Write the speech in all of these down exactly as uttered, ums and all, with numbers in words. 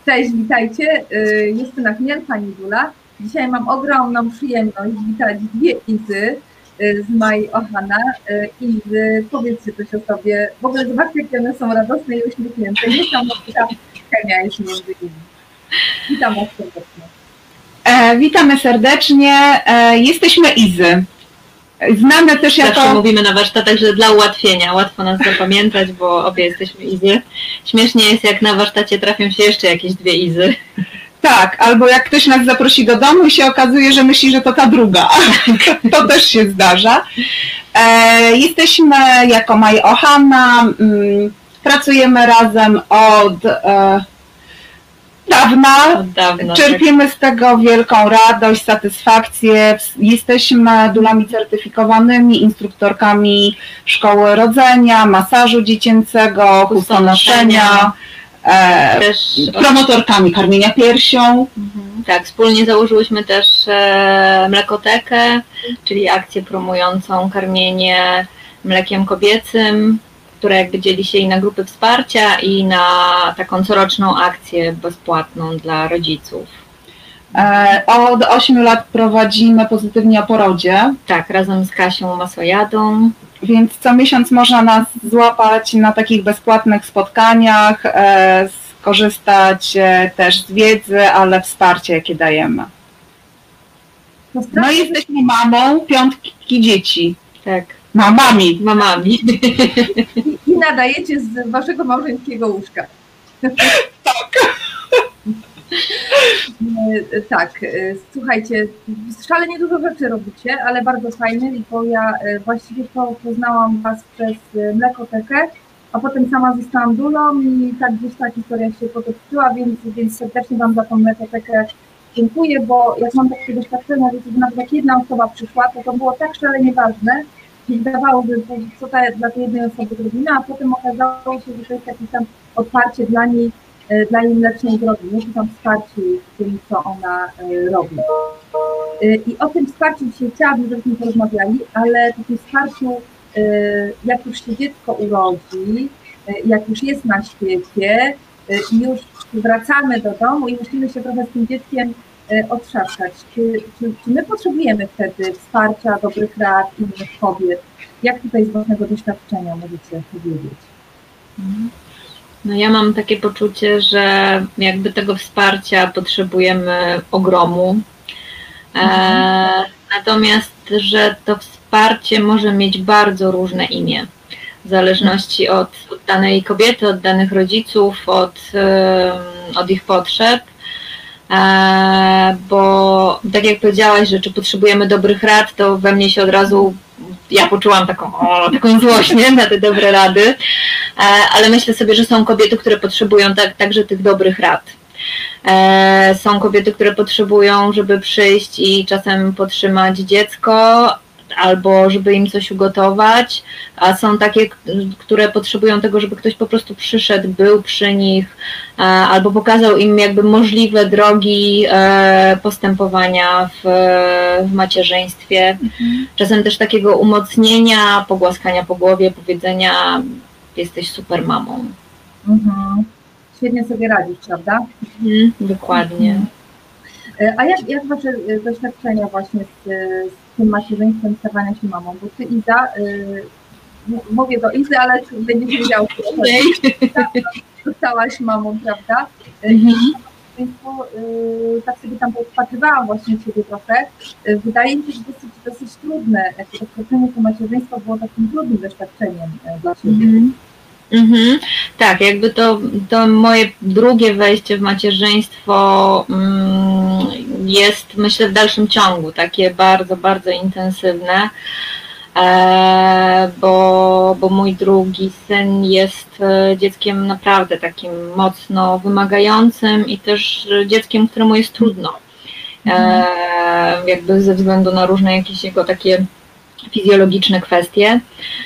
Cześć, witajcie. Justyna Chmiel, pani Dula. Dzisiaj mam ogromną przyjemność witać dwie Izy z Mai Ohana. Izy, powiedzcie coś o sobie. W ogóle zobaczcie, jakie one są radosne i uśmiechnięte. Niesamowita chemia jest między nimi. Witam was serdecznie. E, witamy serdecznie. E, jesteśmy Izy. Znamy też jako... Zawsze mówimy na warsztatach, że dla ułatwienia, łatwo nas zapamiętać, bo obie jesteśmy Izy. Śmiesznie jest, jak na warsztacie trafią się jeszcze jakieś dwie Izy. Tak, albo jak ktoś nas zaprosi do domu i się okazuje, że myśli, że to ta druga. To też się zdarza. E, jesteśmy jako Mai Ohana, mm, pracujemy razem od... E, Dawna, Od dawna, czerpiemy tak. z tego wielką radość, satysfakcję. Jesteśmy dulami certyfikowanymi, instruktorkami szkoły rodzenia, masażu dziecięcego, chustonoszenia, e, też promotorkami karmienia piersią. Mhm. Tak, wspólnie założyłyśmy też e, mlekotekę, czyli akcję promującą karmienie mlekiem kobiecym, która jakby dzieli się i na grupy wsparcia, i na taką coroczną akcję bezpłatną dla rodziców. Od ośmiu lat prowadzimy Pozytywnie o porodzie. Tak, razem z Kasią Masojadą. Więc co miesiąc można nas złapać na takich bezpłatnych spotkaniach, skorzystać też z wiedzy, ale wsparcie, jakie dajemy. No i jesteśmy mamą piątki dzieci. Tak. Mamami. Mamami. I nadajecie z waszego małżeńskiego łóżka. Tak. Tak, słuchajcie, szalenie dużo rzeczy robicie, ale bardzo fajne, bo ja właściwie poznałam was przez mlekotekę, a potem sama zostałam dulą i tak gdzieś ta historia się potoczyła, więc, więc serdecznie wam za tą mlekotekę dziękuję, bo jak mam takie doświadczenia, że nawet jak jedna osoba przyszła, to to było tak szalenie ważne, i wydawałoby, co ta, dla tej jednej osoby zrobimy, a potem okazało się, że to jest jakieś tam otwarcie dla niej, dla jej mlecznej drogi, nie? Czy tam wsparcie w tym, co ona robi. I o tym wsparciu dzisiaj chciałabym, żebyśmy porozmawiali, ale o tym wsparciu, jak już się dziecko urodzi, jak już jest na świecie i już wracamy do domu i musimy się trochę z tym dzieckiem otrzaskać. Czy, czy, czy my potrzebujemy wtedy wsparcia, dobrych rad innych kobiet? Jak tutaj z własnego doświadczenia możecie powiedzieć? No ja mam takie poczucie, że jakby tego wsparcia potrzebujemy ogromu. Mhm. E, natomiast, że to wsparcie może mieć bardzo różne imię. W zależności od, od danej kobiety, od danych rodziców, od, od ich potrzeb. Bo tak jak powiedziałaś, że czy potrzebujemy dobrych rad, to we mnie się od razu, ja poczułam taką, o, taką złość, nie? Na te dobre rady, ale myślę sobie, że są kobiety, które potrzebują tak, także tych dobrych rad. Są kobiety, które potrzebują, żeby przyjść i czasem podtrzymać dziecko, albo żeby im coś ugotować, a są takie, które potrzebują tego, żeby ktoś po prostu przyszedł, był przy nich, albo pokazał im jakby możliwe drogi postępowania w, w macierzyństwie. Mhm. Czasem też takiego umocnienia, pogłaskania po głowie, powiedzenia: jesteś super mamą. Mhm. Świetnie sobie radzisz, prawda? Mhm, dokładnie. Mhm. A jak, jak wasze doświadczenia właśnie z, z tym macierzyństwem, stawania się mamą? Bo ty, Iza, y, mówię do Izy, ale będziesz wiedział, że zostałaś mamą, prawda? Mhm. I y, tak sobie tam podpatrywałam właśnie ciebie trochę. Y, wydaje mi się, że dosyć, dosyć trudne, jak doświadczenie to macierzyństwo było takim trudnym doświadczeniem y, dla ciebie. Mhm. Mhm. Tak, jakby to, to moje drugie wejście w macierzyństwo mm, jest, myślę, w dalszym ciągu takie bardzo, bardzo intensywne, e, bo, bo mój drugi syn jest dzieckiem naprawdę takim mocno wymagającym i też dzieckiem, któremu jest trudno, e, jakby ze względu na różne jakieś jego takie fizjologiczne kwestie.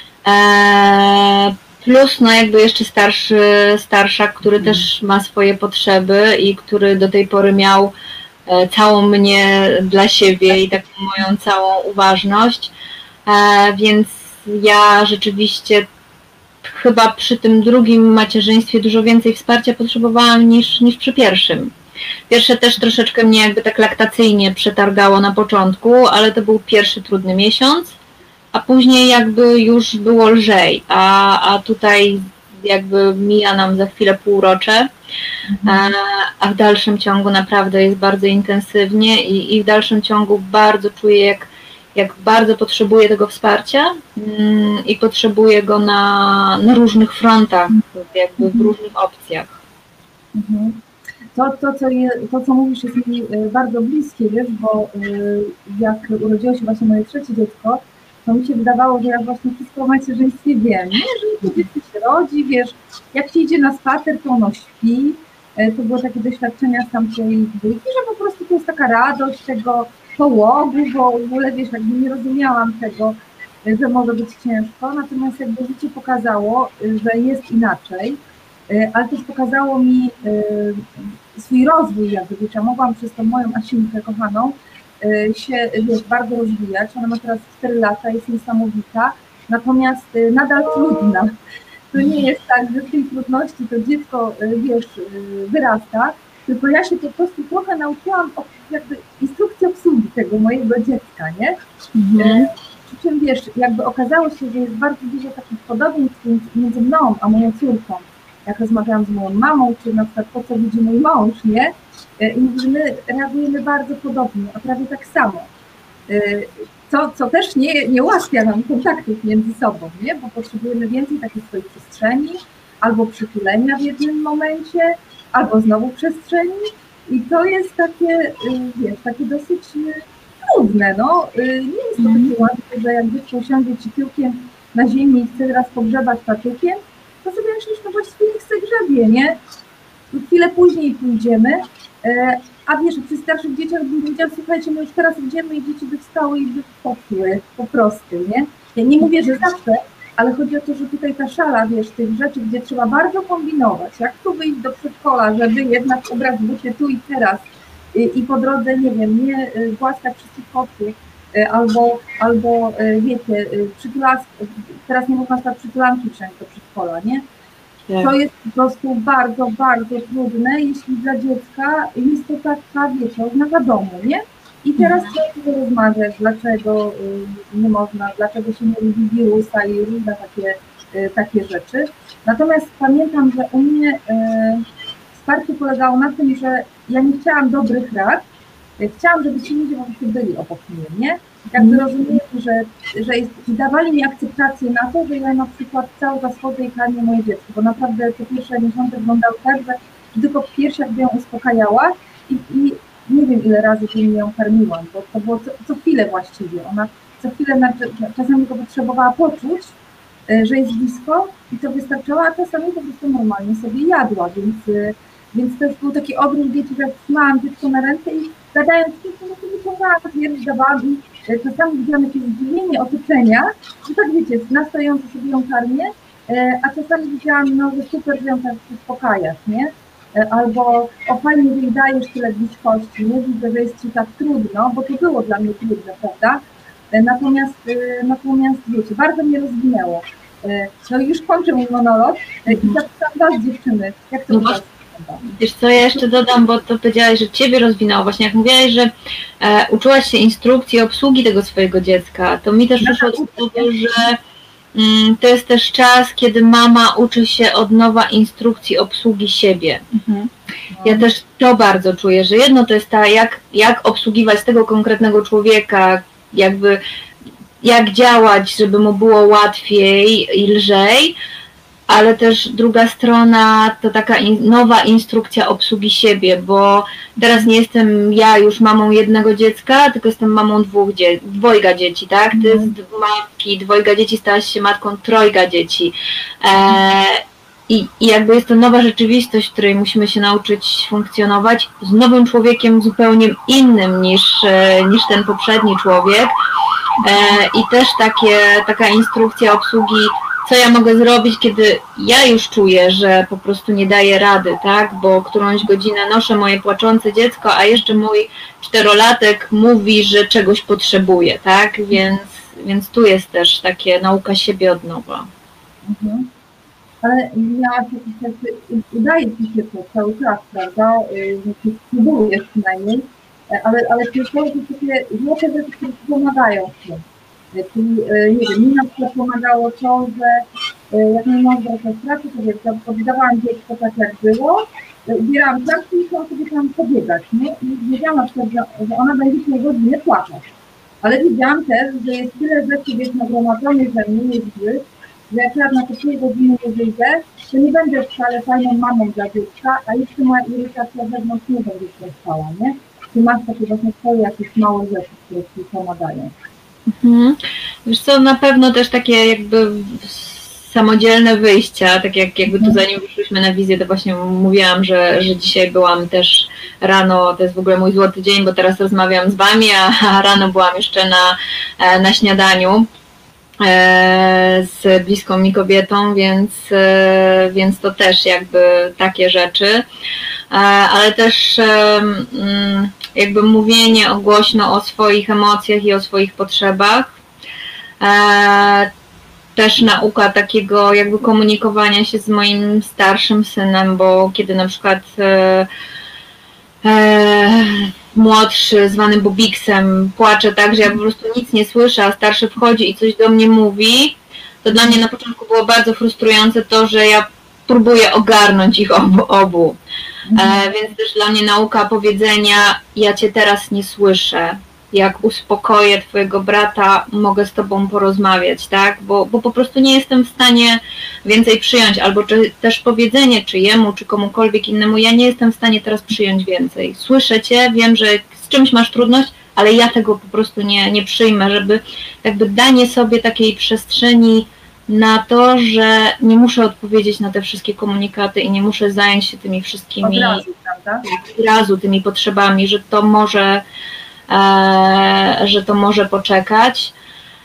E, Plus no jakby jeszcze starszy starszak, który mm. też ma swoje potrzeby i który do tej pory miał e, całą mnie dla siebie i taką moją całą uważność, e, więc ja rzeczywiście chyba przy tym drugim macierzyństwie dużo więcej wsparcia potrzebowałam niż, niż przy pierwszym. Pierwsze też troszeczkę mnie jakby tak laktacyjnie przetargało na początku, ale to był pierwszy trudny miesiąc, a później jakby już było lżej, a, a tutaj jakby mija nam za chwilę półrocze, mhm. a, a w dalszym ciągu naprawdę jest bardzo intensywnie i, i w dalszym ciągu bardzo czuję, jak, jak bardzo potrzebuję tego wsparcia mm, i potrzebuję go na, na różnych frontach, jakby w różnych opcjach. Mhm. To, to, co je, to, co mówisz, jest mi bardzo bliskie, wiesz, bo jak urodziło się właśnie moje trzecie dziecko, to mi się wydawało, że ja właśnie wszystko o macierzyństwie wiem, nie? Że to dziecko się rodzi, wiesz, jak się idzie na spacer, to ono śpi. To było takie doświadczenia z tamtej dwójki, że po prostu to jest taka radość tego połogu, bo w ogóle, wiesz, jakby nie rozumiałam tego, że może być ciężko, natomiast jakby życie pokazało, że jest inaczej, ale też pokazało mi swój rozwój, jakby, wiesz, ja mogłam przez tą moją Asinkę kochaną się, wiesz, bardzo rozwijać. Ona ma teraz cztery lata, jest niesamowita, natomiast nadal trudna. To nie jest tak, że z tej trudności to dziecko, wiesz, wyrasta, tylko ja się po prostu trochę nauczyłam jakby instrukcji obsługi tego mojego dziecka, nie? Mhm. Przy czym, wiesz, jakby okazało się, że jest bardzo dużo takich podobieństw między mną a moją córką. Jak rozmawiałam z moją mamą, czy na przykład to, co widzi mój mąż, nie? I my reagujemy bardzo podobnie, a prawie tak samo. Co, co też nie, nie ułatwia nam kontaktów między sobą, nie? Bo potrzebujemy więcej takiej swojej przestrzeni, albo przytulenia w jednym momencie, albo znowu przestrzeni. I to jest takie, wiesz, takie dosyć trudne, no. Nie jest to takie łatwe, że jak dziecko usiądzie ci tyłkiem na ziemi i chce teraz pogrzebać paczukiem, to sobie myślisz, no właściwie nie chce grzebie, nie? Chwilę później pójdziemy, a wiesz, przy starszych dzieciach bym powiedziała, słuchajcie, my już teraz idziemy i dzieci by wstały i by poszły, po prostu, nie? Ja nie mówię, że zawsze, ale chodzi o to, że tutaj ta szala, wiesz, tych rzeczy, gdzie trzeba bardzo kombinować, jak tu wyjść do przedszkola, żeby jednak ubrać buty tu i teraz i, i po drodze, nie wiem, nie głaskać wszystkich kotów, albo, albo wiecie, przytulaski, teraz nie można stać przytulanki wszędzie do przedszkola, nie? To jest po prostu bardzo, bardzo trudne, jeśli dla dziecka jest to taka, wiecie, oznaka domu, nie? I teraz trzeba rozmawiać, dlaczego nie można, dlaczego się nie lubi wirusa i różne takie, takie rzeczy. Natomiast pamiętam, że u mnie wsparcie polegało na tym, że ja nie chciałam dobrych rad, chciałam, żeby ci ludzie po prostu byli obok mnie, nie? Jakby rozumieli, że, że jest, dawali mi akceptację na to, że ja na przykład cały czas chodzę i karmię moje dziecko, bo naprawdę te pierwsze miesiące wyglądały tak, że tylko w piersiach by ją uspokajała i, i nie wiem ile razy tym ją karmiłam, bo to było co, co chwilę właściwie, ona co chwilę na, czasami go potrzebowała poczuć, że jest blisko i to wystarczało, a czasami po prostu normalnie sobie jadła, więc, więc to już był taki odruch dzieci, że jak trzymałam dziecko na ręce i gadając, że to wyciągałam, wiersz dawałam i czasami widziałam jakieś zdziwienie otoczenia, że tak wiecie, na stojąco sobie ją karmię, a czasami widziałam, no, że super, że ją tak uspokajasz, nie? Albo o fajnie, że jej dajesz tyle bliskości, nie? Widzę, że jest ci tak trudno, bo to było dla mnie trudne, prawda? Natomiast, natomiast wiecie, bardzo mnie rozwinęło. No i już kończę mój monolog i zapytam was, dziewczyny, jak to u was? Wiesz co, ja jeszcze dodam, bo to powiedziałaś, że ciebie rozwinęło. Właśnie jak mówiłaś, że e, uczyłaś się instrukcji obsługi tego swojego dziecka, to mi też przyszło do głowy, że mm, to jest też czas, kiedy mama uczy się od nowa instrukcji obsługi siebie. Mhm. Ja też to bardzo czuję, że jedno to jest ta, jak, jak obsługiwać tego konkretnego człowieka, jakby jak działać, żeby mu było łatwiej i lżej, ale też druga strona to taka in, nowa instrukcja obsługi siebie, bo teraz nie jestem ja już mamą jednego dziecka, tylko jestem mamą dwóch dzie dwojga dzieci, tak? Ty z matki dwojga dzieci stałaś się matką trojga dzieci. E, i, I jakby jest to nowa rzeczywistość, w której musimy się nauczyć funkcjonować z nowym człowiekiem zupełnie innym niż, niż ten poprzedni człowiek. E, I też takie, taka instrukcja obsługi, co ja mogę zrobić, kiedy ja już czuję, że po prostu nie daję rady, tak, bo którąś godzinę noszę moje płaczące dziecko, a jeszcze mój czterolatek mówi, że czegoś potrzebuje, tak, więc, więc tu jest też takie nauka siebie od nowa. Mhm. ale miałaś jakieś rzeczy, udaje ci się to cały czas, prawda? Próbujesz przynajmniej, ale, ale to są takie złote rzeczy, które ci pomagają w tym. Czyli, nie wiem, mi na przykład pomagało to, że jak mój mąż wracał z pracy, to wiesz, oddawałam dziecko tak jak było, ubierałam czapki i chciałam sobie tam pobiegać, nie? I wiedziałam na przykład, że, że ona będzie się godzinę płakać. Ale wiedziałam też, że jest tyle rzeczy, wiesz, nagromadzonych ze mnie, jest złych, że jak ja na te pół godziny nie wyjdę, to nie będę wcale fajną mamą dla dziecka, a jeszcze moja irytacja wewnątrz nie będzie się stała, nie? Ty masz takie właśnie swoje jakieś małe rzeczy, które ci pomagają. Mhm. Wiesz co, na pewno też takie jakby samodzielne wyjścia, tak jak jakby tu zanim wyszliśmy na wizję, to właśnie mówiłam, że, że dzisiaj byłam też rano, to jest w ogóle mój złoty dzień, bo teraz rozmawiam z Wami, a rano byłam jeszcze na, na śniadaniu z bliską mi kobietą, więc, więc to też jakby takie rzeczy, ale też jakby mówienie głośno o swoich emocjach i o swoich potrzebach, też nauka takiego jakby komunikowania się z moim starszym synem, bo kiedy na przykład e, e, młodszy, zwany Bobiksem, płacze tak, że ja po prostu nic nie słyszę, a starszy wchodzi i coś do mnie mówi, to dla mnie na początku było bardzo frustrujące to, że ja próbuję ogarnąć ich obu. obu. E, więc też dla mnie nauka powiedzenia, ja cię teraz nie słyszę. Jak uspokoję twojego brata, mogę z tobą porozmawiać, tak? Bo, bo po prostu nie jestem w stanie więcej przyjąć, albo czy, też powiedzenie, czy jemu, czy komukolwiek innemu, ja nie jestem w stanie teraz przyjąć więcej. Słyszę cię, wiem, że z czymś masz trudność, ale ja tego po prostu nie, nie przyjmę, żeby jakby danie sobie takiej przestrzeni na to, że nie muszę odpowiedzieć na te wszystkie komunikaty i nie muszę zająć się tymi wszystkimi, od razu, prawda? Od razu tymi potrzebami, że to może E, że to może poczekać.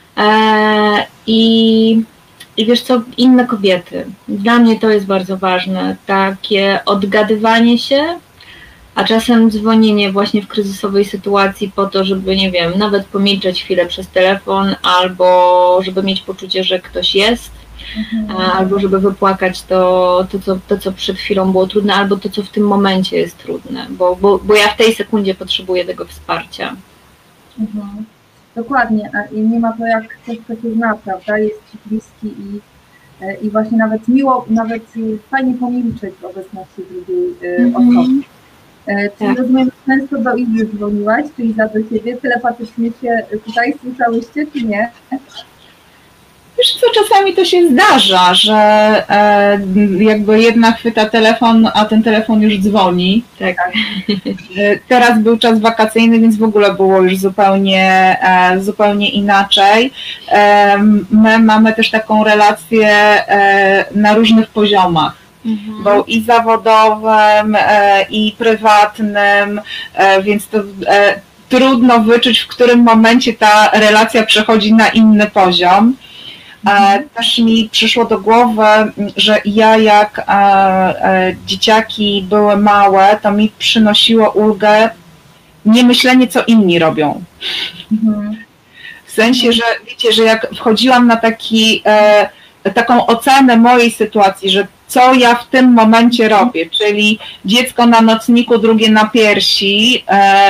E, i, I wiesz co, inne kobiety. Dla mnie to jest bardzo ważne. Takie odgadywanie się, a czasem dzwonienie właśnie w kryzysowej sytuacji po to, żeby, nie wiem, nawet pomilczeć chwilę przez telefon, albo żeby mieć poczucie, że ktoś jest, mhm. albo żeby wypłakać to, to, co, to, co przed chwilą było trudne, albo to, co w tym momencie jest trudne, bo, bo, bo ja w tej sekundzie potrzebuję tego wsparcia. Mhm. Dokładnie, a i nie ma to jak ktoś, kto się zna, prawda, jest ci bliski i, i właśnie nawet miło, nawet fajnie pomilczeć w obecności drugiej mhm. osoby. Czyli tak. Rozumiem, często do Izy dzwoniłaś, czy Iza do Ciebie, telepatycznie się tutaj słyszałyście, czy nie? Wiesz co, czasami to się zdarza, że e, jakby jedna chwyta telefon, a ten telefon już dzwoni. Tak. E, teraz był czas wakacyjny, więc w ogóle było już zupełnie, e, zupełnie inaczej. E, my mamy też taką relację e, na różnych poziomach. Mhm. Bo i zawodowym, e, i prywatnym, e, więc to e, trudno wyczuć, w którym momencie ta relacja przechodzi na inny poziom. E, też mi przyszło do głowy, że ja jak e, e, dzieciaki były małe, to mi przynosiło ulgę nie myślenie, co inni robią. Mhm. W sensie, że wiecie, że jak wchodziłam na taki, e, taką ocenę mojej sytuacji, że co ja w tym momencie robię, czyli dziecko na nocniku, drugie na piersi, e,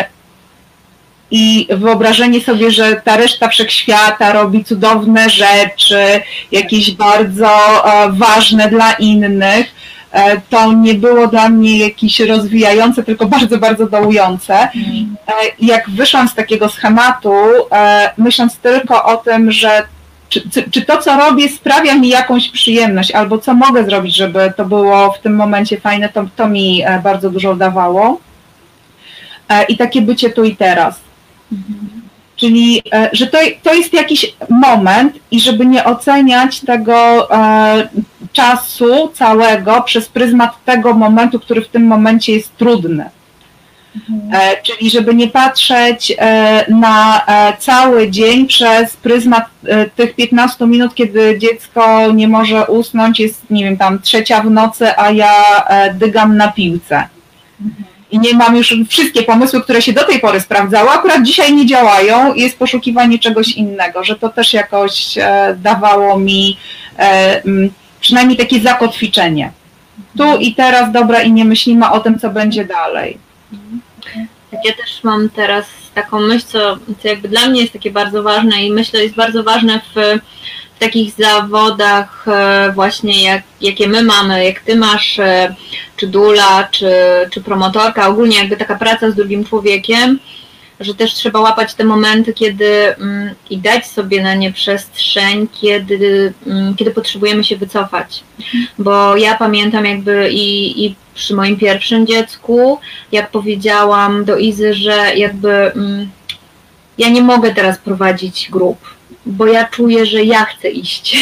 i wyobrażenie sobie, że ta reszta wszechświata robi cudowne rzeczy, jakieś bardzo e, ważne dla innych, e, to nie było dla mnie jakieś rozwijające, tylko bardzo, bardzo dołujące. Mm. E, jak wyszłam z takiego schematu, e, myśląc tylko o tym, że czy, czy to, co robię, sprawia mi jakąś przyjemność, albo co mogę zrobić, żeby to było w tym momencie fajne, to, to mi bardzo dużo dawało. E, I takie bycie tu i teraz. Mhm. Czyli, że to, to jest jakiś moment i żeby nie oceniać tego e, czasu całego przez pryzmat tego momentu, który w tym momencie jest trudny. Mhm. E, czyli żeby nie patrzeć e, na e, cały dzień przez pryzmat e, tych piętnastu minut, kiedy dziecko nie może usnąć, jest, nie wiem, tam trzecia w nocy, a ja e, dygam na piłce. Mhm. I nie mam już wszystkie pomysły, które się do tej pory sprawdzały, akurat dzisiaj nie działają i jest poszukiwanie czegoś innego, że to też jakoś e, dawało mi e, m, przynajmniej takie zakotwiczenie. Tu i teraz, dobra, i nie myślimy o tym, co będzie dalej. Tak, ja też mam teraz taką myśl, co, co jakby dla mnie jest takie bardzo ważne i myślę, jest bardzo ważne w, w takich zawodach właśnie, jak, jakie my mamy, jak ty masz, czy dula, czy, czy promotorka, ogólnie jakby taka praca z drugim człowiekiem, że też trzeba łapać te momenty, kiedy mm, i dać sobie na nie przestrzeń, kiedy, mm, kiedy potrzebujemy się wycofać. Bo ja pamiętam jakby i, i przy moim pierwszym dziecku, jak powiedziałam do Izy, że jakby mm, ja nie mogę teraz prowadzić grup, bo ja czuję, że ja chcę iść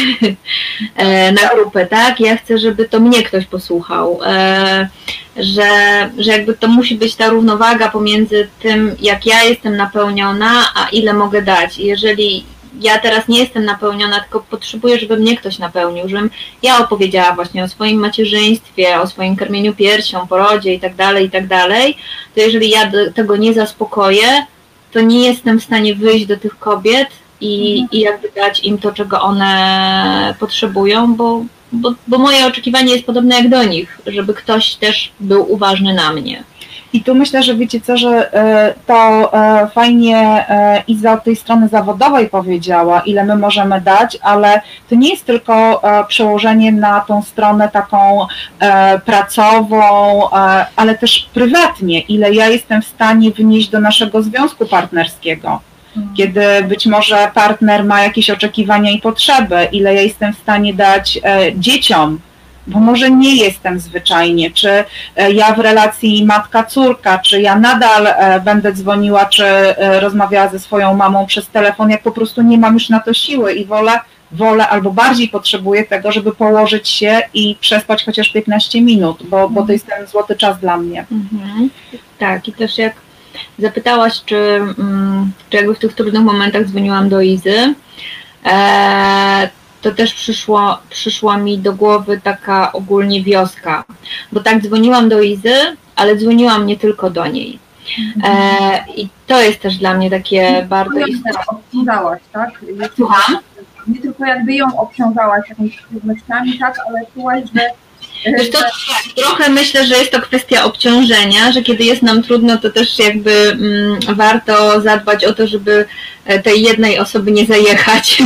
na grupę, tak? Ja chcę, żeby to mnie ktoś posłuchał, że, że jakby to musi być ta równowaga pomiędzy tym, jak ja jestem napełniona, a ile mogę dać. I jeżeli ja teraz nie jestem napełniona, tylko potrzebuję, żeby mnie ktoś napełnił, żebym ja opowiedziała właśnie o swoim macierzyństwie, o swoim karmieniu piersią, porodzie i tak dalej, i tak dalej, to jeżeli ja tego nie zaspokoję, to nie jestem w stanie wyjść do tych kobiet i, i jakby dać im to, czego one potrzebują, bo, bo, bo moje oczekiwanie jest podobne jak do nich, żeby ktoś też był uważny na mnie. I tu myślę, że wiecie co, że to fajnie Iza od tej strony zawodowej powiedziała, ile my możemy dać, ale to nie jest tylko przełożenie na tą stronę taką pracową, ale też prywatnie, ile ja jestem w stanie wnieść do naszego związku partnerskiego. Kiedy być może partner ma jakieś oczekiwania i potrzeby, ile ja jestem w stanie dać dzieciom, bo może nie jestem zwyczajnie, czy ja w relacji matka-córka, czy ja nadal będę dzwoniła, czy rozmawiała ze swoją mamą przez telefon, jak po prostu nie mam już na to siły i wolę, wolę albo bardziej potrzebuję tego, żeby położyć się i przespać chociaż piętnaście minut, bo, bo to jest ten złoty czas dla mnie. Mhm. Tak, i też jak zapytałaś, czy, czy jakby w tych trudnych momentach dzwoniłam do Izy, e, to też przyszło, przyszła mi do głowy taka ogólnie wioska, bo tak dzwoniłam do Izy, ale dzwoniłam nie tylko do niej. E, I to jest też dla mnie takie bardzo istotne. Obciążałaś, tak? Słucham? Nie tylko jakby ją obciążałaś jakimiś trudnościami, tak, ale czułaś, że Wiesz, to trochę myślę, że jest to kwestia obciążenia, że kiedy jest nam trudno, to też jakby mm, warto zadbać o to, żeby tej jednej osoby nie zajechać.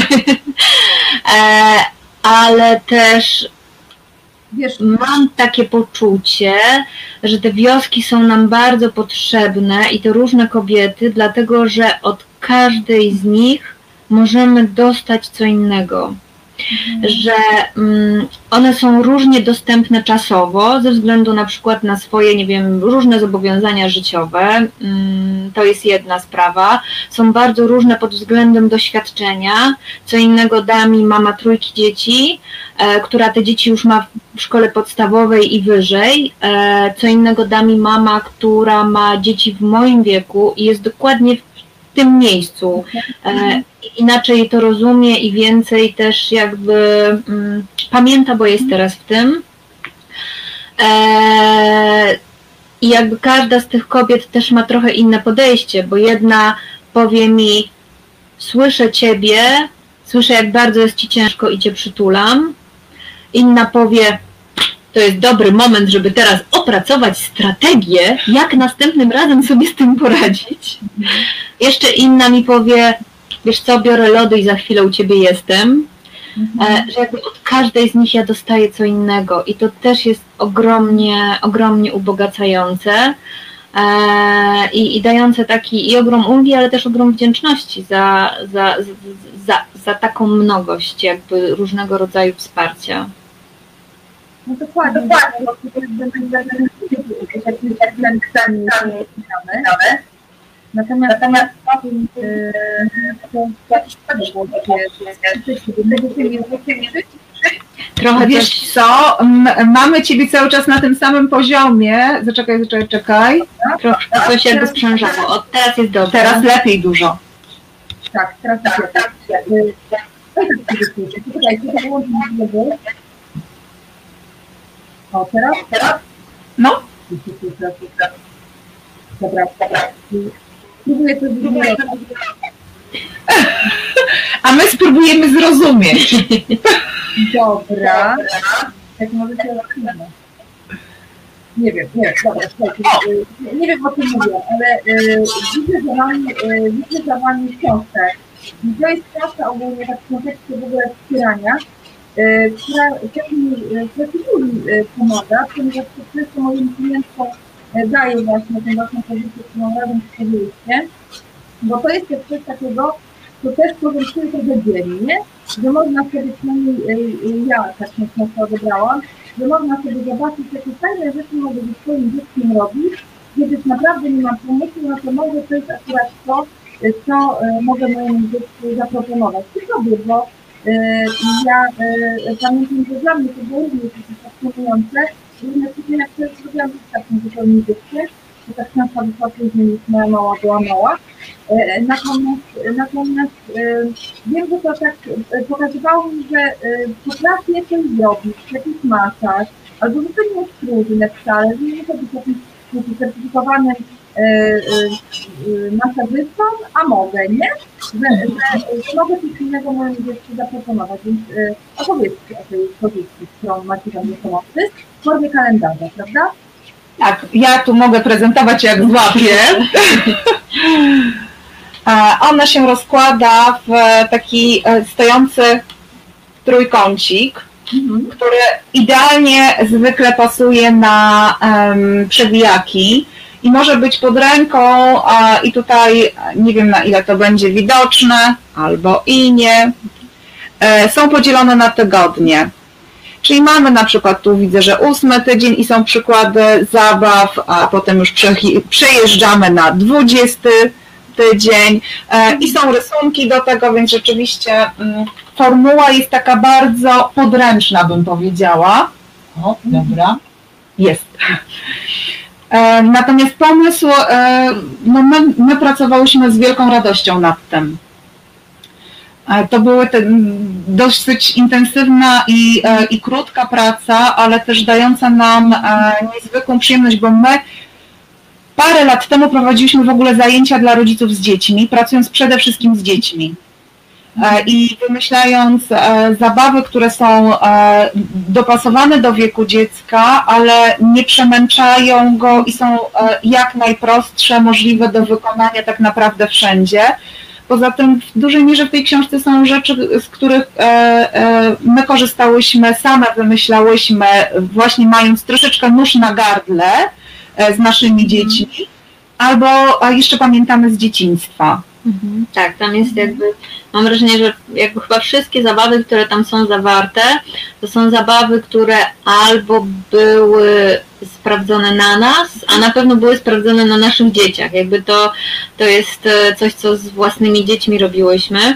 e, ale też wiesz, mam takie poczucie, że te wioski są nam bardzo potrzebne i te różne kobiety, dlatego że od każdej z nich możemy dostać co innego. Że um, one są różnie dostępne czasowo, ze względu na przykład na swoje, nie wiem, różne zobowiązania życiowe, um, to jest jedna sprawa, są bardzo różne pod względem doświadczenia, co innego da mi mama trójki dzieci, e, która te dzieci już ma w szkole podstawowej i wyżej, e, co innego da mi mama, która ma dzieci w moim wieku i jest dokładnie w w tym miejscu. E, inaczej to rozumie i więcej też jakby mm, pamięta, bo jest teraz w tym. E, I jakby każda z tych kobiet też ma trochę inne podejście, bo jedna powie mi: słyszę ciebie, słyszę, jak bardzo jest ci ciężko i cię przytulam. Inna powie: to jest dobry moment, żeby teraz opracować strategię, jak następnym razem sobie z tym poradzić. Jeszcze inna mi powie: wiesz co, biorę lody i za chwilę u ciebie jestem. Mhm. Że jakby od każdej z nich ja dostaję co innego i to też jest ogromnie, ogromnie ubogacające i, i dające taki i ogrom ulgi, ale też ogrom wdzięczności za, za, za, za taką mnogość jakby różnego rodzaju wsparcia. No dokładnie, dokładnie, bo to jest ten kształt. Natomiast natomiast jakiś trochę wiesz co, mamy ciebie cały czas na tym samym poziomie. Zaczekaj, zaczekaj, czekaj. Trochę coś jakby sprzężało. Od teraz jest dobrze. Teraz lepiej dużo. Tak, teraz tak. tak. O, teraz? Teraz? No. Dobra, dobra. Spróbuję to zrozumieć. A my spróbujemy zrozumieć. Dobra. Jak możecie rozmawiać? Nie wiem, nie, dobra, słuchajcie, nie, nie wiem o czym mówię, ale y, widzę za wami, y, widzę za wami książkę. I to jest książka ogólnie tak w kontekście w ogóle wspierania, y, która też mi, y, pomaga, ponieważ często moim klientom y, daje właśnie tę własną pozycję, którą razem stworzyliście, bo to jest też coś takiego, to też powiem sobie trochę dzieli, nie? Że można sobie, przynajmniej y, ja tak książkę odebrałam, że można sobie zobaczyć, jakie fajne rzeczy mogę ze swoim dzieckiem robić, kiedy naprawdę nie mam pomysłu, no to może to jest akurat to, co y, mogę mojemu dziecku zaproponować. I sobie, bo y, ja y, pamiętam, że dla mnie to było również fascynujące, że jednocześnie jak to zrobiłam z takim zupełnie dzieckiem, to ta książka wyszła później, już moja mała była mała. Y, natomiast natomiast y, wiem, że to tak y, pokazywało mi, że y, potrafię coś zrobić, jakiś masaż, albo że to nie jest trudne wcale, że nie muszę być jakimś certyfikowanym y, y, y, masażystą, a mogę, nie? Że, że, że mogę coś innego mojemu dziecku zaproponować, więc y, opowiedzcie o tej pozycji, którą macie tam do pomocy, w formie kalendarza, prawda? Tak, ja tu mogę prezentować jak złapię. Ona się rozkłada w taki stojący trójkącik, mhm. który idealnie zwykle pasuje na um, przewijaki i może być pod ręką a, i tutaj nie wiem na ile to będzie widoczne albo i nie. E, są podzielone na tygodnie. Czyli mamy na przykład, tu widzę, że ósmy tydzień i są przykłady zabaw, a potem już przejeżdżamy na dwudziesty tydzień i są rysunki do tego, więc rzeczywiście formuła jest taka bardzo podręczna, bym powiedziała. O, dobra. Jest. Natomiast pomysł, no my, my pracowałyśmy z wielką radością nad tym. To była dosyć intensywna i, i krótka praca, ale też dająca nam niezwykłą przyjemność, bo my parę lat temu prowadziliśmy w ogóle zajęcia dla rodziców z dziećmi, pracując przede wszystkim z dziećmi i wymyślając zabawy, które są dopasowane do wieku dziecka, ale nie przemęczają go i są jak najprostsze możliwe do wykonania tak naprawdę wszędzie. Poza tym w dużej mierze w tej książce są rzeczy, z których e, e, my korzystałyśmy, same wymyślałyśmy, właśnie mając troszeczkę nóż na gardle e, z naszymi dziećmi, albo a jeszcze pamiętamy z dzieciństwa. Mhm. Tak, tam jest jakby, mam wrażenie, że jakby chyba wszystkie zabawy, które tam są zawarte, to są zabawy, które albo były sprawdzone na nas, a na pewno były sprawdzone na naszych dzieciach. Jakby to, to jest coś, co z własnymi dziećmi robiłyśmy.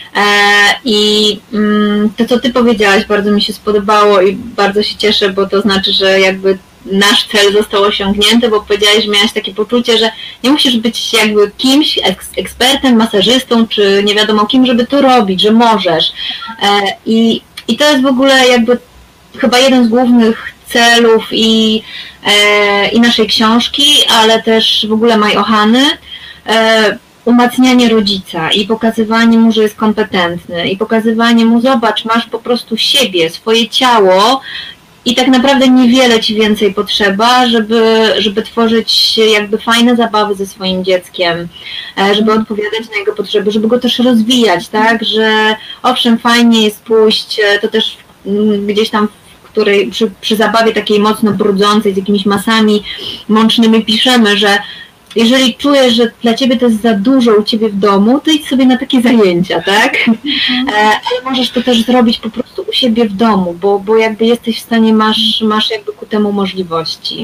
I to, co Ty powiedziałaś, bardzo mi się spodobało i bardzo się cieszę, bo to znaczy, że jakby nasz cel został osiągnięty, bo powiedziałaś, że miałaś takie poczucie, że nie musisz być jakby kimś, ekspertem, masażystą, czy nie wiadomo kim, żeby to robić, że możesz. I, i to jest w ogóle jakby chyba jeden z głównych celów i, e, i naszej książki, ale też w ogóle Maj Ohany, e, umacnianie rodzica i pokazywanie mu, że jest kompetentny i pokazywanie mu, zobacz, masz po prostu siebie, swoje ciało i tak naprawdę niewiele Ci więcej potrzeba, żeby, żeby tworzyć jakby fajne zabawy ze swoim dzieckiem, żeby odpowiadać na jego potrzeby, żeby go też rozwijać, tak, że owszem, fajnie jest pójść, to też gdzieś tam której przy, przy zabawie takiej mocno brudzącej, z jakimiś masami mącznymi piszemy, że jeżeli czujesz, że dla Ciebie to jest za dużo u Ciebie w domu, to idź sobie na takie zajęcia, tak? Ale możesz to też zrobić po prostu u siebie w domu, bo, bo jakby jesteś w stanie, masz, masz jakby ku temu możliwości.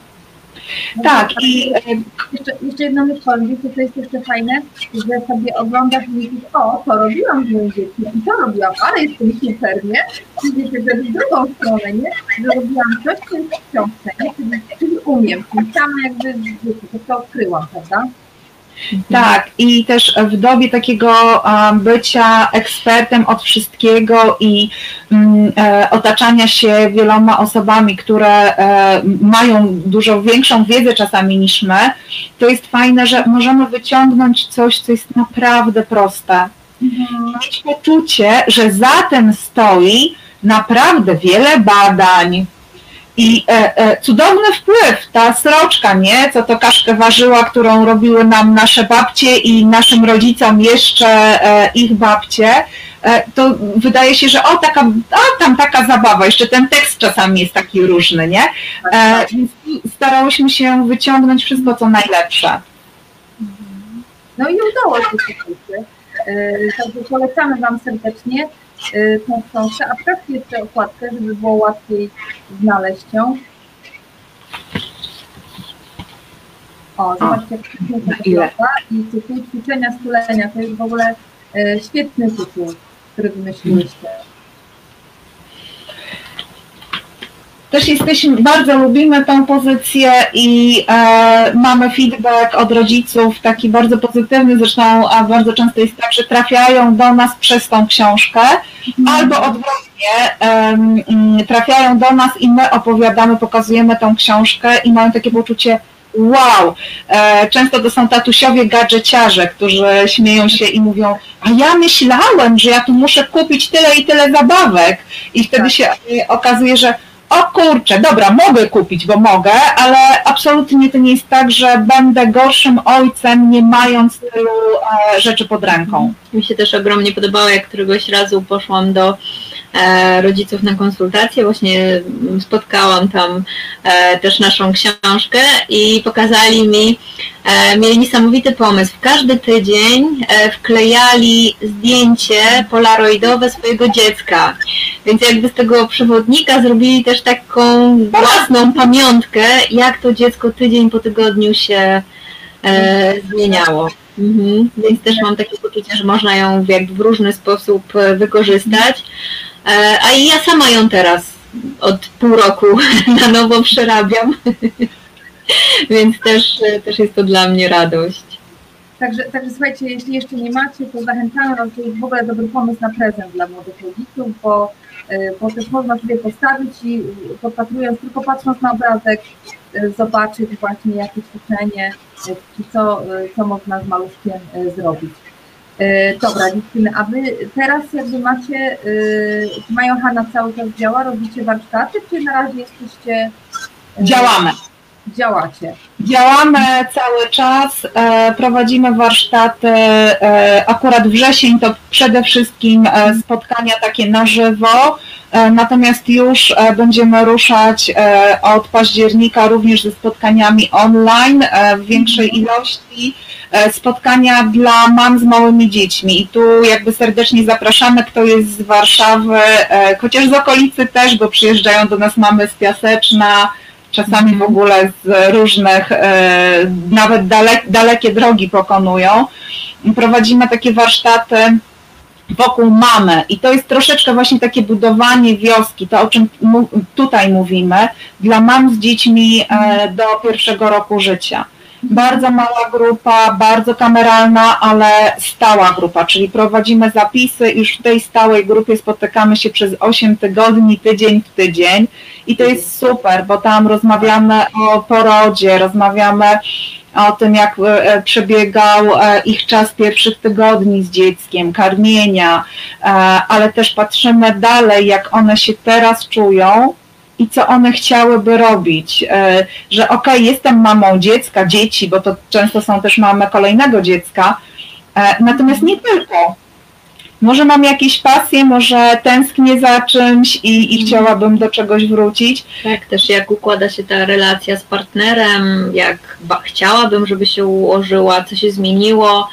Tak, i jeszcze, jeszcze jedno myśl powiem, wiecie, to jest jeszcze fajne, że sobie oglądasz i myślisz, o, to robiłam z moim dzieckiem i to robiłam, ale jestem super, nie? I wiecie, że w drugą stronę, nie? Że robiłam coś, co jest w książce, nie? Czyli, czyli umiem, czyli sama jakby, wiecie, to to odkryłam, prawda? Tak, i też w dobie takiego bycia ekspertem od wszystkiego i otaczania się wieloma osobami, które mają dużo większą wiedzę czasami niż my, to jest fajne, że możemy wyciągnąć coś, co jest naprawdę proste. Mhm. Mieć poczucie, że za tym stoi naprawdę wiele badań i e, e, cudowny wpływ, ta sroczka, nie, co to kaszkę ważyła, którą robiły nam nasze babcie i naszym rodzicom jeszcze e, ich babcie, e, to wydaje się, że o, taka, a tam taka zabawa, jeszcze ten tekst czasami jest taki różny, nie? E, więc starałyśmy się wyciągnąć wszystko, co najlepsze. No i udało się, słuchajcie. Także polecamy Wam serdecznie tą książkę, a sprawdźcie jeszcze okładkę, żeby było łatwiej znaleźć ją. O, zobaczcie, jak pięknie to i tytuł Ćwiczenia Stulenia, to jest w ogóle świetny tytuł, który wymyśliłyście. Też jesteśmy, bardzo lubimy tę pozycję i e, mamy feedback od rodziców taki bardzo pozytywny, zresztą a bardzo często jest tak, że trafiają do nas przez tą książkę, mm. albo odwrotnie, e, trafiają do nas i my opowiadamy, pokazujemy tą książkę i mają takie poczucie wow, e, często to są tatusiowie gadżeciarze, którzy śmieją się i mówią, a ja myślałem, że ja tu muszę kupić tyle i tyle zabawek i wtedy tak. się okazuje, że o kurczę, dobra, mogę kupić, bo mogę, ale absolutnie to nie jest tak, że będę gorszym ojcem, nie mając tylu e, rzeczy pod ręką. Mi się też ogromnie podobało, jak któregoś razu poszłam do e, rodziców na konsultację, właśnie spotkałam tam e, też naszą książkę i pokazali mi, e, mieli niesamowity pomysł. W każdy tydzień e, wklejali zdjęcie polaroidowe swojego dziecka, więc jakby z tego przewodnika zrobili też taką własną pamiątkę, jak to dziecko tydzień po tygodniu się e, zmieniało. Mhm. Więc też mam takie poczucie, że można ją jakby w różny sposób wykorzystać. E, a i ja sama ją teraz od pół roku na nowo przerabiam. Więc też, też jest to dla mnie radość. Także, także słuchajcie, jeśli jeszcze nie macie, to zachęcamy Was, to jest w ogóle dobry pomysł na prezent dla młodych rodziców, bo, bo też można sobie postawić i podpatrując, tylko patrząc na obrazek, zobaczyć właśnie jakie ćwiczenie, czy co, co można z maluszkiem zrobić. Dobra, dziewczyny, a Wy teraz jakby macie, czy Maja Hanna cały czas działa, robicie warsztaty, czy na razie jesteście... Działamy. Działacie. Działamy cały czas, prowadzimy warsztaty, akurat wrzesień to przede wszystkim spotkania takie na żywo, natomiast już będziemy ruszać od października również ze spotkaniami online w większej ilości, spotkania dla mam z małymi dziećmi i tu jakby serdecznie zapraszamy, kto jest z Warszawy, chociaż z okolicy też, bo przyjeżdżają do nas mamy z Piaseczna, czasami w ogóle z różnych, nawet dalek, dalekie drogi pokonują. Prowadzimy takie warsztaty wokół mamy i to jest troszeczkę właśnie takie budowanie wioski, to o czym tutaj mówimy, dla mam z dziećmi do pierwszego roku życia. Bardzo mała grupa, bardzo kameralna, ale stała grupa, czyli prowadzimy zapisy i już w tej stałej grupie spotykamy się przez osiem tygodni, tydzień w tydzień i to jest super, bo tam rozmawiamy o porodzie, rozmawiamy o tym, jak przebiegał ich czas pierwszych tygodni z dzieckiem, karmienia, ale też patrzymy dalej, jak one się teraz czują i co one chciałyby robić, że okej, okay, jestem mamą dziecka, dzieci, bo to często są też mamy kolejnego dziecka, natomiast nie tylko. Może mam jakieś pasje, może tęsknię za czymś i, i chciałabym do czegoś wrócić. Tak, też jak układa się ta relacja z partnerem, jak chciałabym, żeby się ułożyła, co się zmieniło.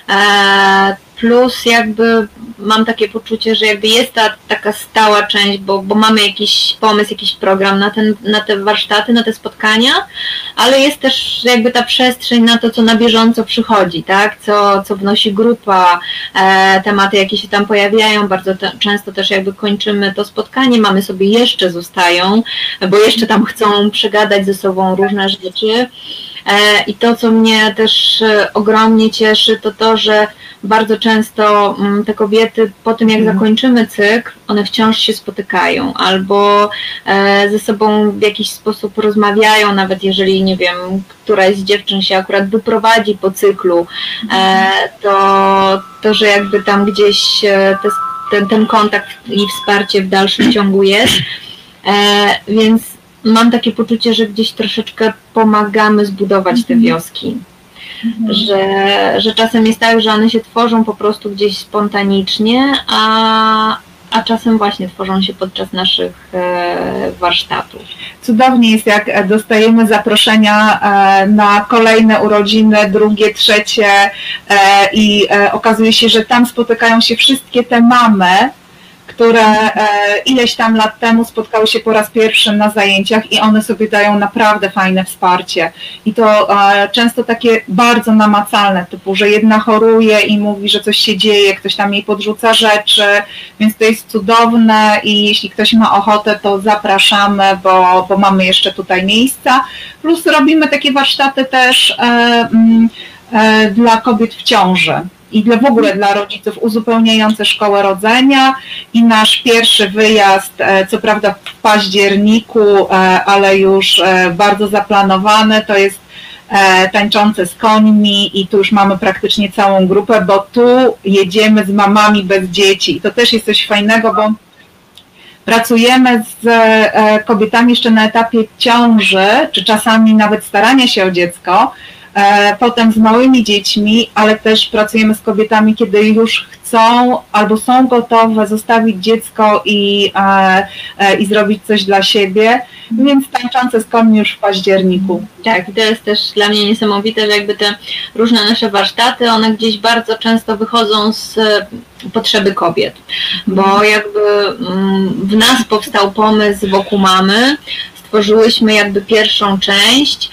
Plus jakby mam takie poczucie, że jakby jest ta taka stała część, bo, bo mamy jakiś pomysł, jakiś program na, ten, na te warsztaty, na te spotkania, ale jest też jakby ta przestrzeń na to, co na bieżąco przychodzi, tak? Co, co wnosi grupa, e, tematy, jakie się tam pojawiają, bardzo te, często też jakby kończymy to spotkanie, mamy sobie jeszcze zostają, bo jeszcze tam chcą przegadać ze sobą różne rzeczy. I to, co mnie też ogromnie cieszy, to to, że bardzo często te kobiety po tym, jak zakończymy cykl, one wciąż się spotykają albo ze sobą w jakiś sposób rozmawiają, nawet jeżeli, nie wiem, któraś z dziewczyn się akurat wyprowadzi po cyklu, to, to że jakby tam gdzieś te ten, ten kontakt i wsparcie w dalszym ciągu jest, e, więc mam takie poczucie, że gdzieś troszeczkę pomagamy zbudować te wioski. Mhm. Że, że czasem jest tak, że one się tworzą po prostu gdzieś spontanicznie, a, a czasem właśnie tworzą się podczas naszych e, warsztatów. Cudownie jest, jak dostajemy zaproszenia e, na kolejne urodziny, drugie, trzecie e, i e, okazuje się, że tam spotykają się wszystkie te mamy, które e, ileś tam lat temu spotkały się po raz pierwszy na zajęciach i one sobie dają naprawdę fajne wsparcie. I to e, często takie bardzo namacalne, typu, że jedna choruje i mówi, że coś się dzieje, ktoś tam jej podrzuca rzeczy, więc to jest cudowne i jeśli ktoś ma ochotę, to zapraszamy, bo, bo mamy jeszcze tutaj miejsca. Plus robimy takie warsztaty też e, e, dla kobiet w ciąży. I dla, w ogóle dla rodziców uzupełniające szkołę rodzenia i nasz pierwszy wyjazd, co prawda w październiku, ale już bardzo zaplanowany, to jest tańczące z końmi i tu już mamy praktycznie całą grupę, bo tu jedziemy z mamami bez dzieci i to też jest coś fajnego, bo pracujemy z kobietami jeszcze na etapie ciąży, czy czasami nawet starania się o dziecko, potem z małymi dziećmi, ale też pracujemy z kobietami, kiedy już chcą albo są gotowe zostawić dziecko i, i zrobić coś dla siebie, więc tańczące z końmi już w październiku. Tak, i to jest też dla mnie niesamowite, że jakby te różne nasze warsztaty, one gdzieś bardzo często wychodzą z potrzeby kobiet, bo jakby w nas powstał pomysł wokół mamy, stworzyłyśmy jakby pierwszą część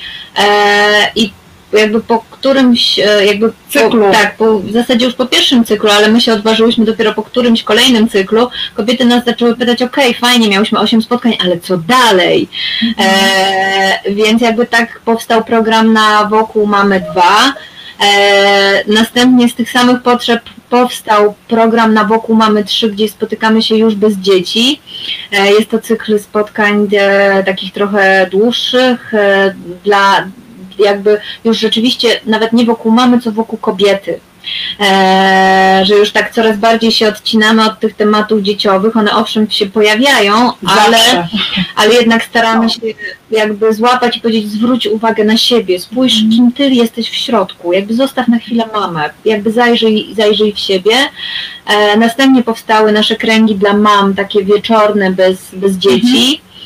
i jakby po którymś jakby cyklu. Po, tak, po, w zasadzie już po pierwszym cyklu, ale my się odważyłyśmy dopiero po którymś kolejnym cyklu, kobiety nas zaczęły pytać, okej, okay, fajnie, miałyśmy osiem spotkań, ale co dalej? Mhm. E, więc jakby tak powstał program na Wokół Mamy dwa. E, następnie z tych samych potrzeb powstał program na Wokół Mamy trzy, gdzie spotykamy się już bez dzieci. E, jest to cykl spotkań e, takich trochę dłuższych e, dla jakby już rzeczywiście nawet nie wokół mamy, co wokół kobiety. Eee, że już tak coraz bardziej się odcinamy od tych tematów dzieciowych, one owszem się pojawiają, ale, ale jednak staramy się jakby złapać i powiedzieć, zwróć uwagę na siebie, spójrz, mm. kim ty jesteś w środku, jakby zostaw na chwilę mamę, jakby zajrzyj, zajrzyj w siebie. Eee, następnie powstały nasze kręgi dla mam, takie wieczorne, bez, bez dzieci. Mm-hmm.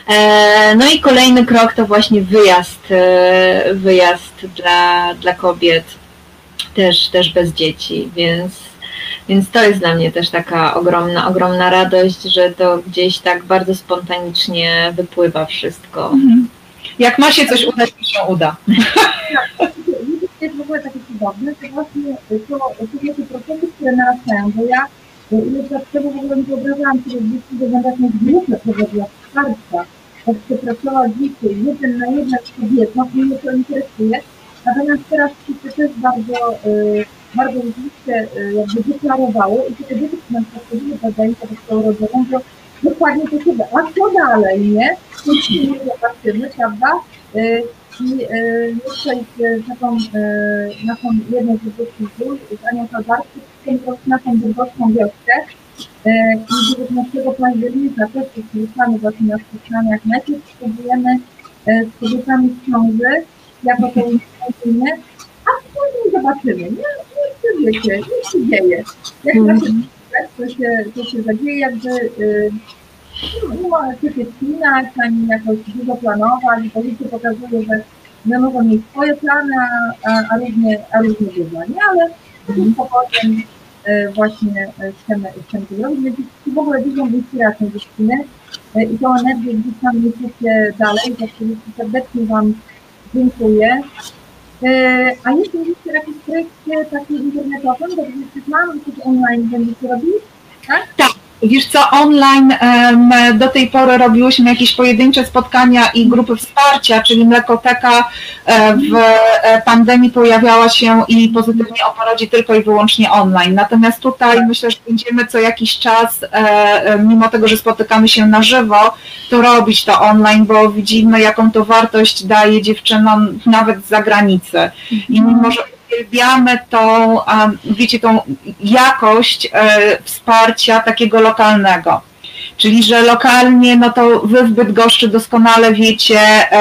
No i kolejny krok to właśnie wyjazd, wyjazd dla, dla kobiet, też, też bez dzieci, więc, więc to jest dla mnie też taka ogromna, ogromna radość, że to gdzieś tak bardzo spontanicznie wypływa wszystko. Jak ma się coś udać, to się uda. Jest w ogóle takie cudowne, to właśnie to, to są procesy, które narastają, bo ja ile lat temu w ogóle nie wyobrażałam sobie, że dzieci będą jakąś grupę prowadziła wsparcia, jak przepracować dzieci, jeden na jedna z kobietą, i mnie to interesuje. Natomiast teraz się też bardzo, y, bardzo rzeczywiście y, jakby deklarowało i te kobiety, które nam przechodziły do zajęcia do szkoły rodzową, to dokładnie to się da. A co dalej, nie? To się nie zobaczymy, prawda? Y, I y, jeszcze z taką y, naszą jedną z dyskusji z Anią Kalbarską, z naszą bydgoską wioskę, i dziewiętnastego października też usłyszamy właśnie na spotkaniach. Najpierw spróbujemy z kobietami w ciąży, jako to unikatoryjne, a później zobaczymy, nie? Nie wiecie, nic się dzieje. Jak mm. to się, to się zadzieje, jakby yy, nie ma się wspinać, ani jakoś dużo planować, bo życie pokazuje, że my mogą mieć swoje plany, a, a, a różnie, a różnie bywa, nie? Ale mm. potem właśnie chcemy, chcemy to zrobić, więc w ogóle dużą inspiracją dziewczyny i tą energię gdzieś tam niesiecie dalej, za co serdecznie Wam dziękuję. A jeśli będziecie jakieś projekty takie internetowe, to też mamy coś online będziecie robić, tak? Tak. Wiesz co, online um, do tej pory robiłyśmy jakieś pojedyncze spotkania i grupy wsparcia, czyli Mlekoteka w pandemii pojawiała się i pozytywnie o porodzie tylko i wyłącznie online. Natomiast tutaj myślę, że będziemy co jakiś czas, mimo tego, że spotykamy się na żywo, to robić to online, bo widzimy, jaką to wartość daje dziewczynom nawet z zagranicy. I mimo, że uwielbiamy tą, wiecie, tą jakość wsparcia takiego lokalnego. Czyli, że lokalnie, no to wy w Bydgoszczy doskonale wiecie,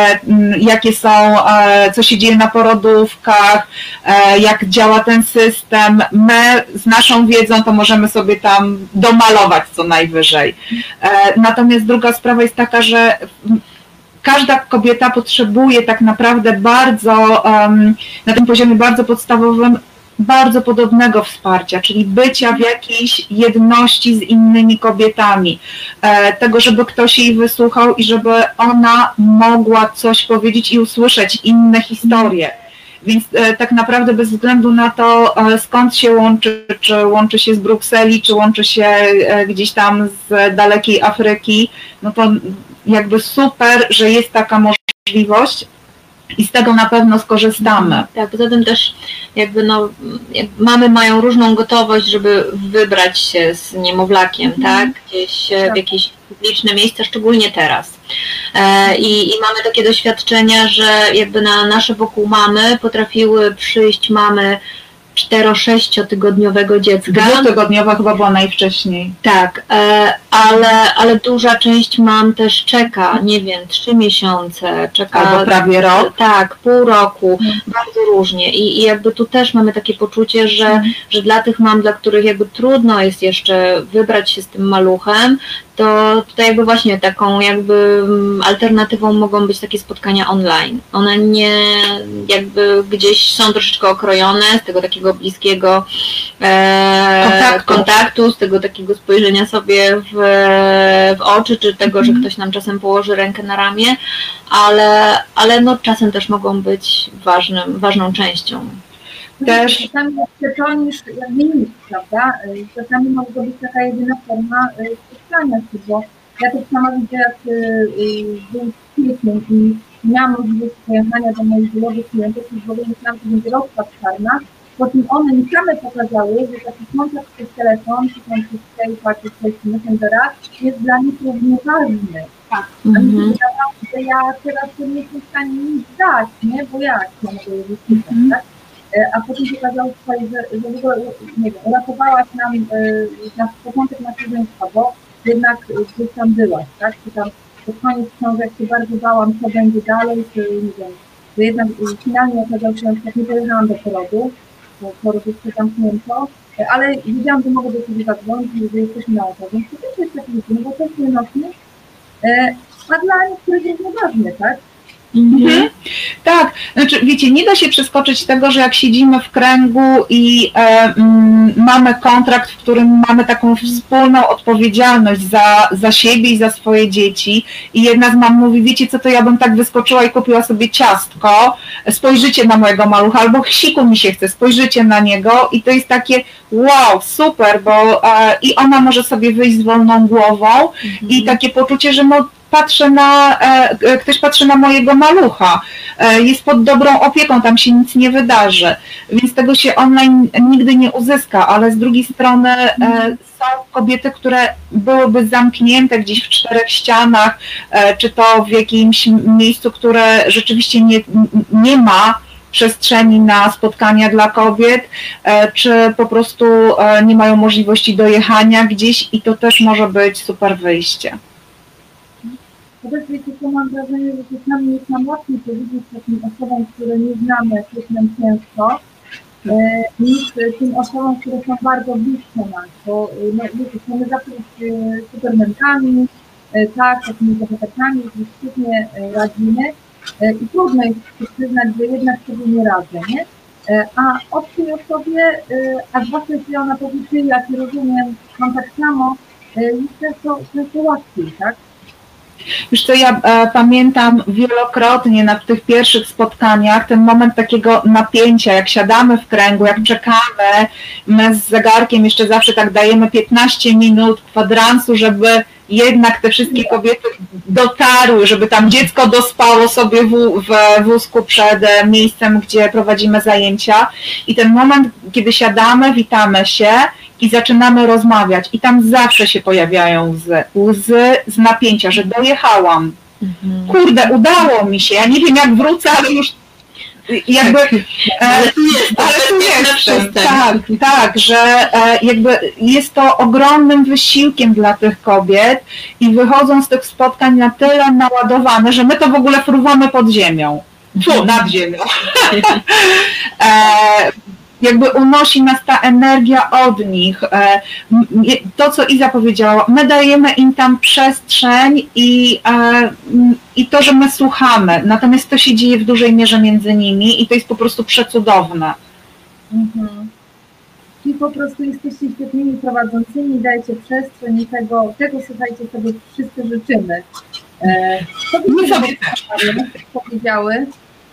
jakie są, co się dzieje na porodówkach, jak działa ten system. My z naszą wiedzą to możemy sobie tam domalować co najwyżej. Natomiast druga sprawa jest taka, że każda kobieta potrzebuje tak naprawdę bardzo, na tym poziomie bardzo podstawowym, bardzo podobnego wsparcia, czyli bycia w jakiejś jedności z innymi kobietami, tego, żeby ktoś jej wysłuchał i żeby ona mogła coś powiedzieć i usłyszeć inne historie. Więc tak naprawdę bez względu na to, skąd się łączy, czy łączy się z Brukseli, czy łączy się gdzieś tam z dalekiej Afryki, no to jakby super, że jest taka możliwość. I z tego na pewno skorzystamy. Tak, poza tym też jakby no, jakby mamy mają różną gotowość, żeby wybrać się z niemowlakiem, mm. tak? Gdzieś w jakieś publiczne miejsca, szczególnie teraz. E, i, I mamy takie doświadczenia, że jakby na nasze wokół mamy potrafiły przyjść mamy cztero-sześciotygodniowego dziecka. Dwutygodniowa chyba była najwcześniej. Tak, e, ale, ale duża część mam też czeka, nie wiem, trzy miesiące, czeka. Albo prawie rok. Tak, pół roku, mm. bardzo różnie. I, I jakby tu też mamy takie poczucie, że, mm. że dla tych mam, dla których jakby trudno jest jeszcze wybrać się z tym maluchem, to tutaj jakby właśnie taką jakby alternatywą mogą być takie spotkania online. One nie jakby gdzieś są troszeczkę okrojone z tego takiego bliskiego e, kontaktu. kontaktu, z tego takiego spojrzenia sobie w, w oczy, czy tego, że ktoś nam czasem położy rękę na ramię, ale, ale no czasem też mogą być ważnym, ważną częścią. Też czasami jest niż jak minut, prawda? Czasami może to być taka jedyna forma spotkania się, bo ja też sama widzę, jak był kwietniu i miałam możliwość pojechania do moich byłowych klientów i w ogóle myślałam, że będzie rozkład czarna, po czym one mi same pokazały, że taki kontakt przez telefon, czy tam przez Skype'a, czy przez Messengera jest dla nich równie ważny. Tak. A mi się wydawało, że ja teraz nie jestem w stanie nic dać, nie? Bo jak ja mogę je wysłuchać, tak? A potem się okazało, że, że w ogóle, nie wiem, uratowałaś nam y, na początek macierzyństwa, bo jednak gdzieś tam byłaś, tak? Czy tam pod koniec książek się bardzo bałam, co będzie dalej, czy nie wiem, że jednak finalnie okazało się, że nie pojechałam do porodu, bo porodówkę zamknięto, ale wiedziałam, że mogę do ciebie zadzwonić, że jesteśmy na to, więc to też jest taki, no bo też nienocny, a dla niektórych jest nieważny, tak? Mhm. Tak, znaczy wiecie, nie da się przeskoczyć tego, że jak siedzimy w kręgu i e, m, mamy kontrakt, w którym mamy taką wspólną odpowiedzialność za, za siebie i za swoje dzieci i jedna z mam mówi, wiecie co, to ja bym tak wyskoczyła i kupiła sobie ciastko, spojrzycie na mojego malucha, albo siku mi się chce, spojrzycie na niego i to jest takie wow, super, bo e, i ona może sobie wyjść z wolną głową mhm. i takie poczucie, że no patrzę na, e, ktoś patrzy na mojego malucha, e, jest pod dobrą opieką, tam się nic nie wydarzy, więc tego się online nigdy nie uzyska, ale z drugiej strony e, są kobiety, które byłyby zamknięte gdzieś w czterech ścianach, e, czy to w jakimś miejscu, które rzeczywiście nie, nie ma przestrzeni na spotkania dla kobiet, e, czy po prostu e, nie mają możliwości dojechania gdzieś i to też może być super wyjście. To też wiecie, co mam wrażenie, że czasami jest nam łatwiej powiedzieć takim osobom, które nie znamy, jak jest nam ciężko, e, niż tym osobom, które są bardzo bliskie nas, bo no, wiecie, my zawsze z supermenkami, e, tak, takimi bohaterkami, że świetnie radzimy e, i trudno jest się przyznać, że jednak sobie nie radzę, nie? E, a obcej osobie, e, a zwłaszcza jeśli ona powie, jak rozumiem, mam tak samo, e, jest często, często łatwiej, tak? Wiesz co, ja e, pamiętam wielokrotnie na tych pierwszych spotkaniach ten moment takiego napięcia, jak siadamy w kręgu, jak czekamy, my z zegarkiem jeszcze zawsze tak dajemy piętnaście minut kwadransu, żeby jednak te wszystkie kobiety dotarły, żeby tam dziecko dospało sobie w, w wózku przed miejscem, gdzie prowadzimy zajęcia i ten moment, kiedy siadamy, witamy się i zaczynamy rozmawiać i tam zawsze się pojawiają łzy, łzy z napięcia, że dojechałam. Mhm. Kurde, udało mi się, ja nie wiem jak wrócę, ale już jakby, Ale tu jest, ale tu bezpieczna jestem, przystań. tak, tak, że e, jakby jest to ogromnym wysiłkiem dla tych kobiet i wychodzą z tych spotkań na tyle naładowane, że my to w ogóle fruwamy pod ziemią, tu, nad ziemią. e, jakby unosi nas ta energia od nich. E, to, co Iza powiedziała, my dajemy im tam przestrzeń i, e, i to, że my słuchamy, natomiast to się dzieje w dużej mierze między nimi i to jest po prostu przecudowne. Mhm. Czyli po prostu jesteście świetnymi prowadzącymi, dajecie przestrzeń i tego, tego słuchajcie, sobie wszyscy życzymy. E, co My byście sobie też. powiedziały?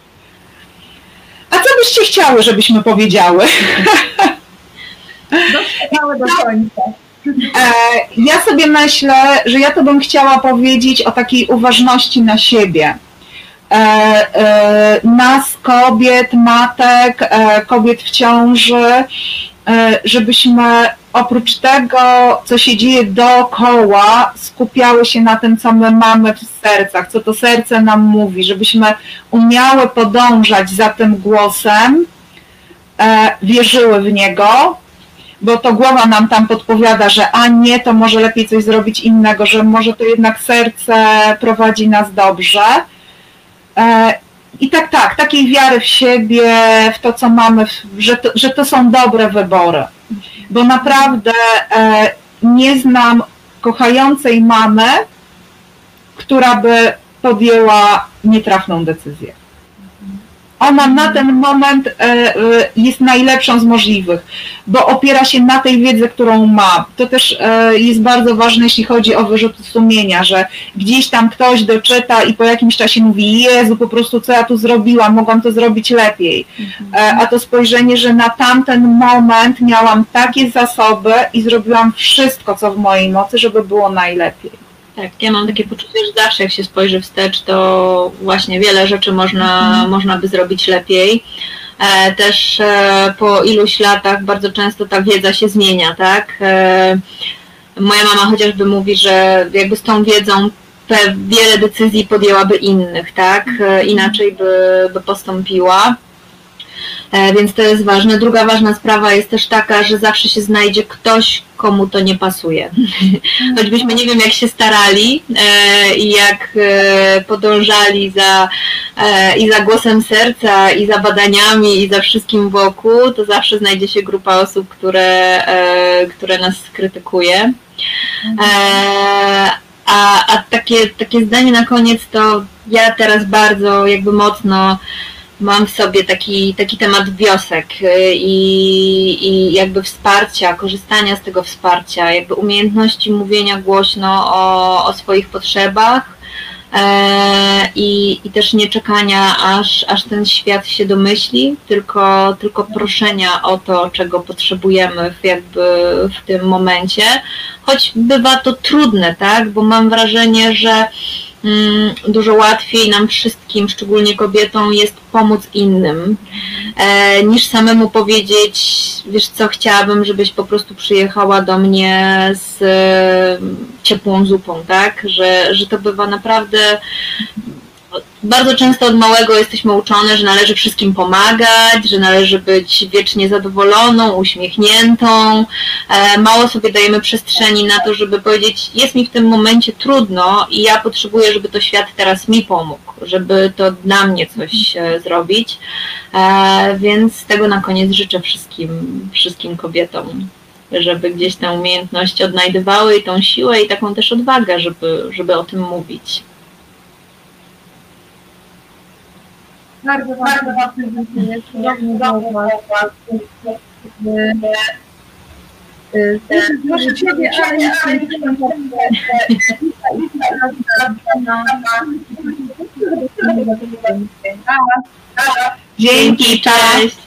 A co byście chciały, żebyśmy powiedziały? Dotrwały do końca. E, ja sobie myślę, że ja to bym chciała powiedzieć o takiej uważności na siebie. E, e, nas, kobiet, matek, e, kobiet w ciąży, e, żebyśmy oprócz tego, co się dzieje dookoła, skupiały się na tym, co my mamy w sercach, co to serce nam mówi, żebyśmy umiały podążać za tym głosem, e, wierzyły w niego, bo to głowa nam tam podpowiada, że a nie, to może lepiej coś zrobić innego, że może to jednak serce prowadzi nas dobrze. I tak, tak, takiej wiary w siebie, w to, co mamy, że to, że to są dobre wybory. Bo naprawdę nie znam kochającej mamy, która by podjęła nietrafną decyzję. Ona na ten moment jest najlepszą z możliwych, bo opiera się na tej wiedzy, którą ma. To też jest bardzo ważne, jeśli chodzi o wyrzuty sumienia, że gdzieś tam ktoś doczyta i po jakimś czasie mówi: Jezu, po prostu co ja tu zrobiłam, mogłam to zrobić lepiej. A to spojrzenie, że na tamten moment miałam takie zasoby i zrobiłam wszystko, co w mojej mocy, żeby było najlepiej. Tak, ja mam takie poczucie, że zawsze jak się spojrzy wstecz, to właśnie wiele rzeczy można, mm. można by zrobić lepiej. E, też e, po iluś latach bardzo często ta wiedza się zmienia, tak? E, moja mama chociażby mówi, że jakby z tą wiedzą wiele decyzji podjęłaby innych, tak? E, inaczej by, by postąpiła. Więc to jest ważne. Druga ważna sprawa jest też taka, że zawsze się znajdzie ktoś, komu to nie pasuje. Choćbyśmy nie wiem jak się starali i jak podążali za, i za głosem serca, i za badaniami, i za wszystkim wokół, to zawsze znajdzie się grupa osób, które, które nas krytykuje. A, a takie, takie zdanie na koniec, to ja teraz bardzo jakby mocno mam w sobie taki, taki temat wiosek i, i jakby wsparcia, korzystania z tego wsparcia, jakby umiejętności mówienia głośno o, o swoich potrzebach e, i, i też nie czekania, aż, aż ten świat się domyśli, tylko, tylko proszenia o to, czego potrzebujemy w, jakby w tym momencie, choć bywa to trudne, tak, bo mam wrażenie, że dużo łatwiej nam wszystkim, szczególnie kobietom, jest pomóc innym, e, niż samemu powiedzieć, wiesz co, chciałabym, żebyś po prostu przyjechała do mnie z e, ciepłą zupą, tak? Że, że to bywa naprawdę... Bardzo często od małego jesteśmy uczone, że należy wszystkim pomagać, że należy być wiecznie zadowoloną, uśmiechniętą. Mało sobie dajemy przestrzeni na to, żeby powiedzieć, jest mi w tym momencie trudno i ja potrzebuję, żeby to świat teraz mi pomógł, żeby to dla mnie coś zrobić. Więc tego na koniec życzę wszystkim, wszystkim kobietom, żeby gdzieś tę umiejętność odnajdywały i tą siłę i taką też odwagę, żeby, żeby o tym mówić. Bardzo, bardzo, bardzo dziękuję. Cudownie było Was. Proszę Ciebie, ale nie Dzięki, cześć.